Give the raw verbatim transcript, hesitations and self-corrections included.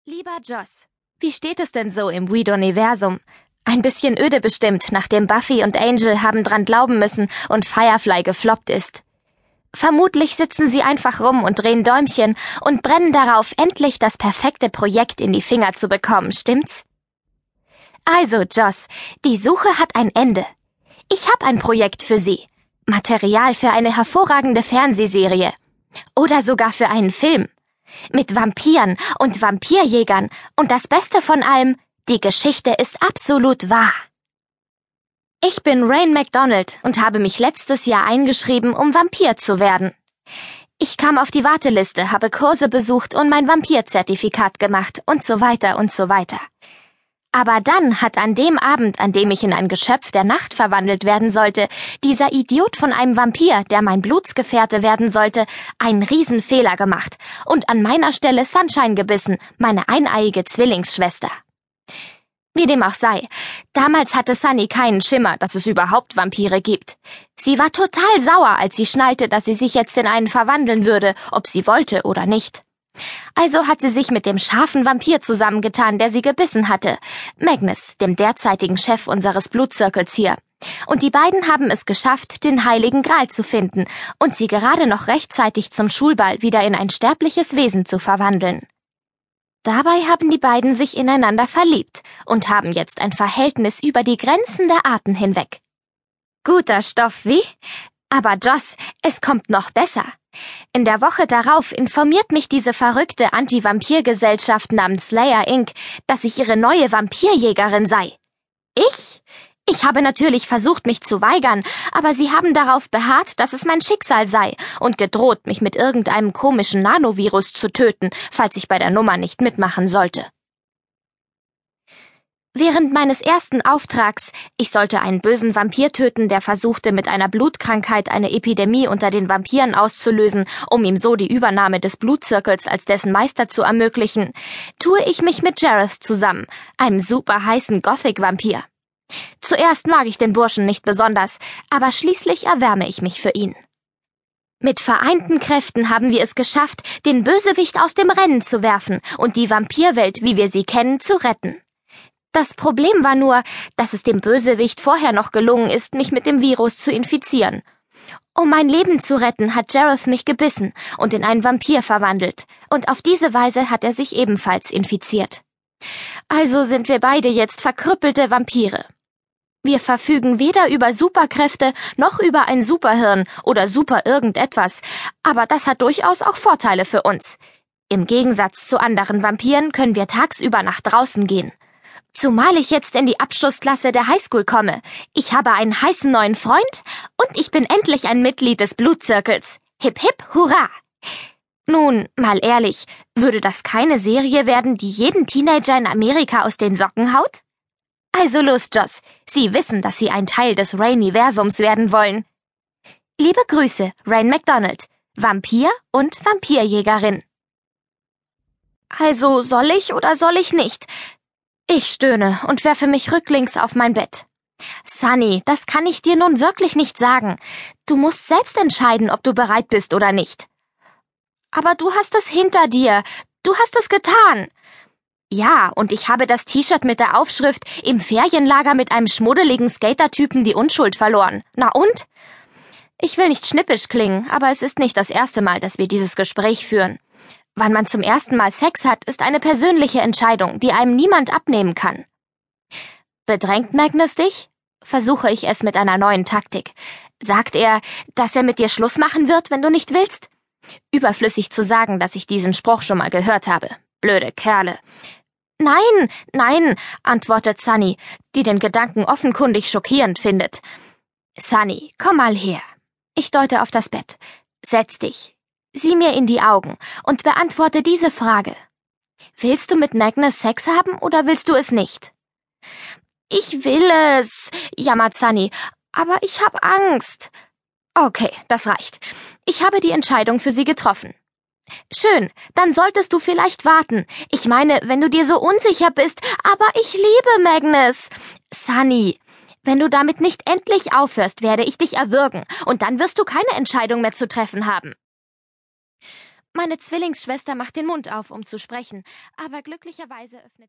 Lieber Joss, wie steht es denn so im Weed-Universum? Ein bisschen öde bestimmt, nachdem Buffy und Angel haben dran glauben müssen und Firefly gefloppt ist. Vermutlich sitzen sie einfach rum und drehen Däumchen und brennen darauf, endlich das perfekte Projekt in die Finger zu bekommen, stimmt's? Also, Joss, die Suche hat ein Ende. Ich hab ein Projekt für Sie. Material für eine hervorragende Fernsehserie. Oder sogar für einen Film. Mit Vampiren und Vampirjägern und das Beste von allem, die Geschichte ist absolut wahr. Ich bin Rain McDonald und habe mich letztes Jahr eingeschrieben, um Vampir zu werden. Ich kam auf die Warteliste, habe Kurse besucht und mein Vampirzertifikat gemacht und so weiter und so weiter. Aber dann hat an dem Abend, an dem ich in ein Geschöpf der Nacht verwandelt werden sollte, dieser Idiot von einem Vampir, der mein Blutsgefährte werden sollte, einen Riesenfehler gemacht und an meiner Stelle Sunshine gebissen, meine eineiige Zwillingsschwester. Wie dem auch sei, damals hatte Sunny keinen Schimmer, dass es überhaupt Vampire gibt. Sie war total sauer, als sie schnallte, dass sie sich jetzt in einen verwandeln würde, ob sie wollte oder nicht. Also hat sie sich mit dem scharfen Vampir zusammengetan, der sie gebissen hatte, Magnus, dem derzeitigen Chef unseres Blutzirkels hier. Und die beiden haben es geschafft, den Heiligen Gral zu finden und sie gerade noch rechtzeitig zum Schulball wieder in ein sterbliches Wesen zu verwandeln. Dabei haben die beiden sich ineinander verliebt und haben jetzt ein Verhältnis über die Grenzen der Arten hinweg. Guter Stoff, wie? Aber Joss, es kommt noch besser. In der Woche darauf informiert mich diese verrückte Anti-Vampir-Gesellschaft namens Slayer Incorporated, dass ich ihre neue Vampirjägerin sei. Ich? Ich habe natürlich versucht, mich zu weigern, aber sie haben darauf beharrt, dass es mein Schicksal sei und gedroht, mich mit irgendeinem komischen Nanovirus zu töten, falls ich bei der Nummer nicht mitmachen sollte. Während meines ersten Auftrags, ich sollte einen bösen Vampir töten, der versuchte, mit einer Blutkrankheit eine Epidemie unter den Vampiren auszulösen, um ihm so die Übernahme des Blutzirkels als dessen Meister zu ermöglichen, tue ich mich mit Jareth zusammen, einem super heißen Gothic-Vampir. Zuerst mag ich den Burschen nicht besonders, aber schließlich erwärme ich mich für ihn. Mit vereinten Kräften haben wir es geschafft, den Bösewicht aus dem Rennen zu werfen und die Vampirwelt, wie wir sie kennen, zu retten. Das Problem war nur, dass es dem Bösewicht vorher noch gelungen ist, mich mit dem Virus zu infizieren. Um mein Leben zu retten, hat Jareth mich gebissen und in einen Vampir verwandelt, und auf diese Weise hat er sich ebenfalls infiziert. Also sind wir beide jetzt verkrüppelte Vampire. Wir verfügen weder über Superkräfte noch über ein Superhirn oder super irgendetwas, aber das hat durchaus auch Vorteile für uns. Im Gegensatz zu anderen Vampiren können wir tagsüber nach draußen gehen. Zumal ich jetzt in die Abschlussklasse der Highschool komme. Ich habe einen heißen neuen Freund und ich bin endlich ein Mitglied des Blutzirkels. Hip hip hurra! Nun, mal ehrlich, würde das keine Serie werden, die jeden Teenager in Amerika aus den Socken haut? Also los, Joss, Sie wissen, dass Sie ein Teil des Rainiversums werden wollen. Liebe Grüße, Rain McDonald, Vampir und Vampirjägerin. Also soll ich oder soll ich nicht? Ich stöhne und werfe mich rücklings auf mein Bett. Sunny, das kann ich dir nun wirklich nicht sagen. Du musst selbst entscheiden, ob du bereit bist oder nicht. Aber du hast es hinter dir. Du hast es getan. Ja, und ich habe das T-Shirt mit der Aufschrift im Ferienlager mit einem schmuddeligen Skatertypen die Unschuld verloren. Na und? Ich will nicht schnippisch klingen, aber es ist nicht das erste Mal, dass wir dieses Gespräch führen. Wann man zum ersten Mal Sex hat, ist eine persönliche Entscheidung, die einem niemand abnehmen kann. Bedrängt Magnus dich? Versuche ich es mit einer neuen Taktik. Sagt er, dass er mit dir Schluss machen wird, wenn du nicht willst? Überflüssig zu sagen, dass ich diesen Spruch schon mal gehört habe. Blöde Kerle. Nein, nein, antwortet Sunny, die den Gedanken offenkundig schockierend findet. Sunny, komm mal her. Ich deute auf das Bett. Setz dich. Sieh mir in die Augen und beantworte diese Frage. Willst du mit Magnus Sex haben oder willst du es nicht? Ich will es, jammert Sunny, aber ich hab Angst. Okay, das reicht. Ich habe die Entscheidung für sie getroffen. Schön, dann solltest du vielleicht warten. Ich meine, wenn du dir so unsicher bist, aber ich liebe Magnus. Sunny, wenn du damit nicht endlich aufhörst, werde ich dich erwürgen und dann wirst du keine Entscheidung mehr zu treffen haben. Meine Zwillingsschwester macht den Mund auf, um zu sprechen, aber glücklicherweise öffnet